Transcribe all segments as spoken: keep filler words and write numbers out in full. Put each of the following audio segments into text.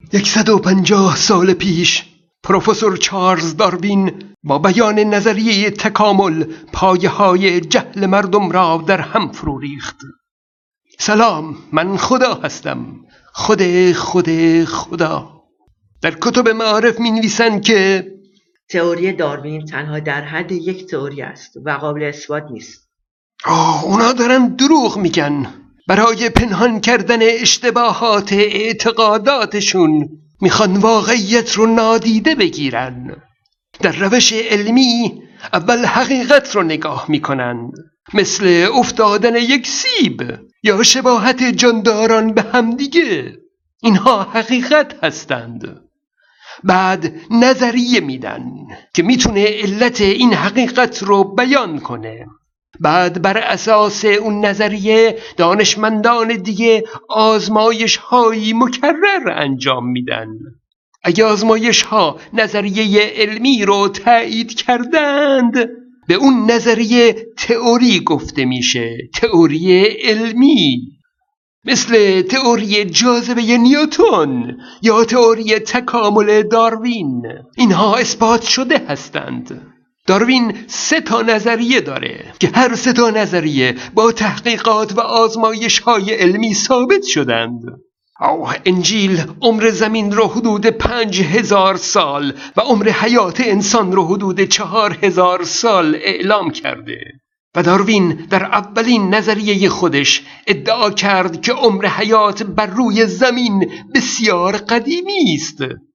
یکصد و پنجاه سال پیش پروفسور چارلز داروین با بیان نظریه تکامل پایه‌های جهل مردم را در هم فرو ریخت. سلام، من خدا هستم، خود خود خدا. در کتب معارف می نویسند که تئوری داروین تنها در حد یک تئوری است و قابل اثبات نیست. آه اونا دارن دروغ میگن. برای پنهان کردن اشتباهات اعتقاداتشون میخوان واقعیت رو نادیده بگیرن. در روش علمی اول حقیقت رو نگاه میکنن، مثل افتادن یک سیب یا شباهت جانداران به همدیگه. اینها حقیقت هستند. بعد نظریه میدن که میتونه علت این حقیقت رو بیان کنه. بعد بر اساس اون نظریه دانشمندان دیگه آزمایش هایی مکرر انجام میدن. اگه آزمایش ها نظریه علمی رو تایید کردند، به اون نظریه تئوری گفته میشه، تئوری علمی. مثل تئوری جاذبه نیوتن یا تئوری تکامل داروین. اینها اثبات شده هستند. داروین سه تا نظریه داره که هر سه تا نظریه با تحقیقات و آزمایش های علمی ثابت شدند. اوه انجیل عمر زمین رو حدود پنج هزار سال و عمر حیات انسان رو حدود چهار هزار سال اعلام کرده. و داروین در اولین نظریه خودش ادعا کرد که عمر حیات بر روی زمین بسیار قدیمی است.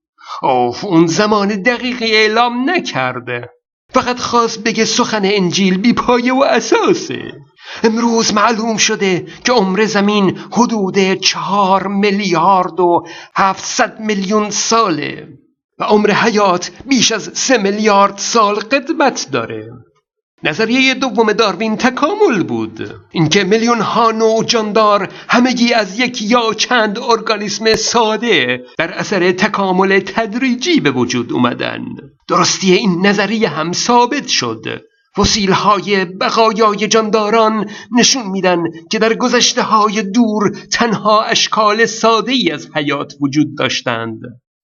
اوه اون زمان دقیقی اعلام نکرده، فقط خواست بگه سخن انجیل بی پایه و اساسه. امروز معلوم شده که عمر زمین حدود چهار میلیارد و هفتصد میلیون ساله و عمر حیات بیش از سه میلیارد سال قدمت داره. نظریه دوم داروین تکامل بود، اینکه میلیون ها نوع جاندار همگی از یک یا چند ارگانیسم ساده در اثر تکامل تدریجی به وجود اومدن. درستی این نظریه هم ثابت شد. فسیل های بقایای جانداران نشون میدن که در گذشته های دور تنها اشکال ساده ای از حیات وجود داشتند.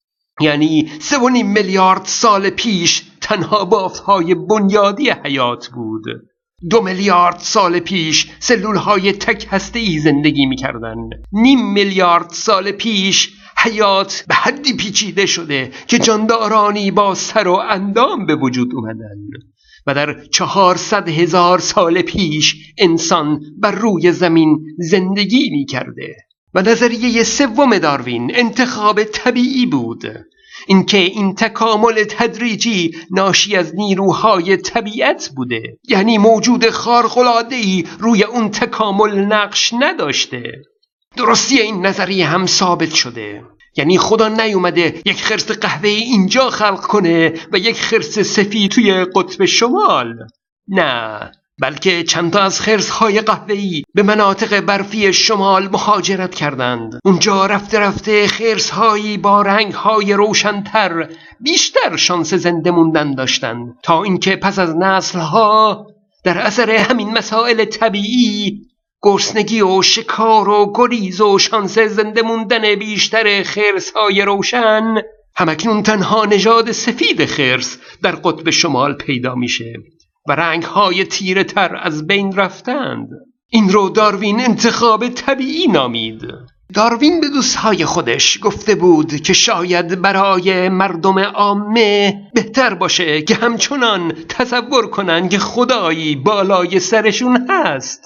یعنی سه و نیم میلیارد سال پیش تنها بافت‌های بنیادی حیات بود. دو میلیارد سال پیش سلول‌های تک هسته‌ای زندگی می‌کردند. نیم میلیارد سال پیش حیات به حدی پیچیده شده که جاندارانی با سر و اندام به وجود اومدند. و در چهارصد هزار سال پیش انسان بر روی زمین زندگی می‌کرده. و نظریه سوم داروین انتخاب طبیعی بود، اینکه این تکامل تدریجی ناشی از نیروهای طبیعت بوده. یعنی موجود خارق‌العاده‌ای روی اون تکامل نقش نداشته. درستی این نظریه هم ثابت شده. یعنی خدا نیومده یک خرس قهوه‌ای اینجا خلق کنه و یک خرس سفید توی قطب شمال. نه، بلکه چند تا از خرس‌های قهوه‌ای به مناطق برفی شمال مهاجرت کردند. اونجا رفته رفته خرس‌هایی با رنگ‌های روشن‌تر بیشتر شانس زنده موندن داشتند، تا اینکه پس از نسل‌ها در اثر همین مسائل طبیعی، گرسنگی و شکار و گریز و شانس زنده موندن بیشتر خرس‌های روشن، همکنون تنها نژاد سفید خرس در قطب شمال پیدا میشه و رنگ‌های تیره تر از بین رفتند. این رو داروین انتخاب طبیعی نامید. داروین به دوستهای خودش گفته بود که شاید برای مردم عامه بهتر باشه که همچنان تصور کنن که خدایی بالای سرشون هست.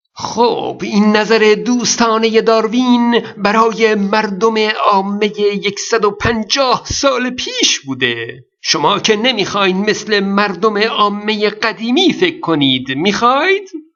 خب این نظر دوستانه داروین برای مردم عامه یکصد و پنجاه سال پیش بوده. شما که نمیخواین مثل مردم عامه قدیمی فکر کنید، میخواید؟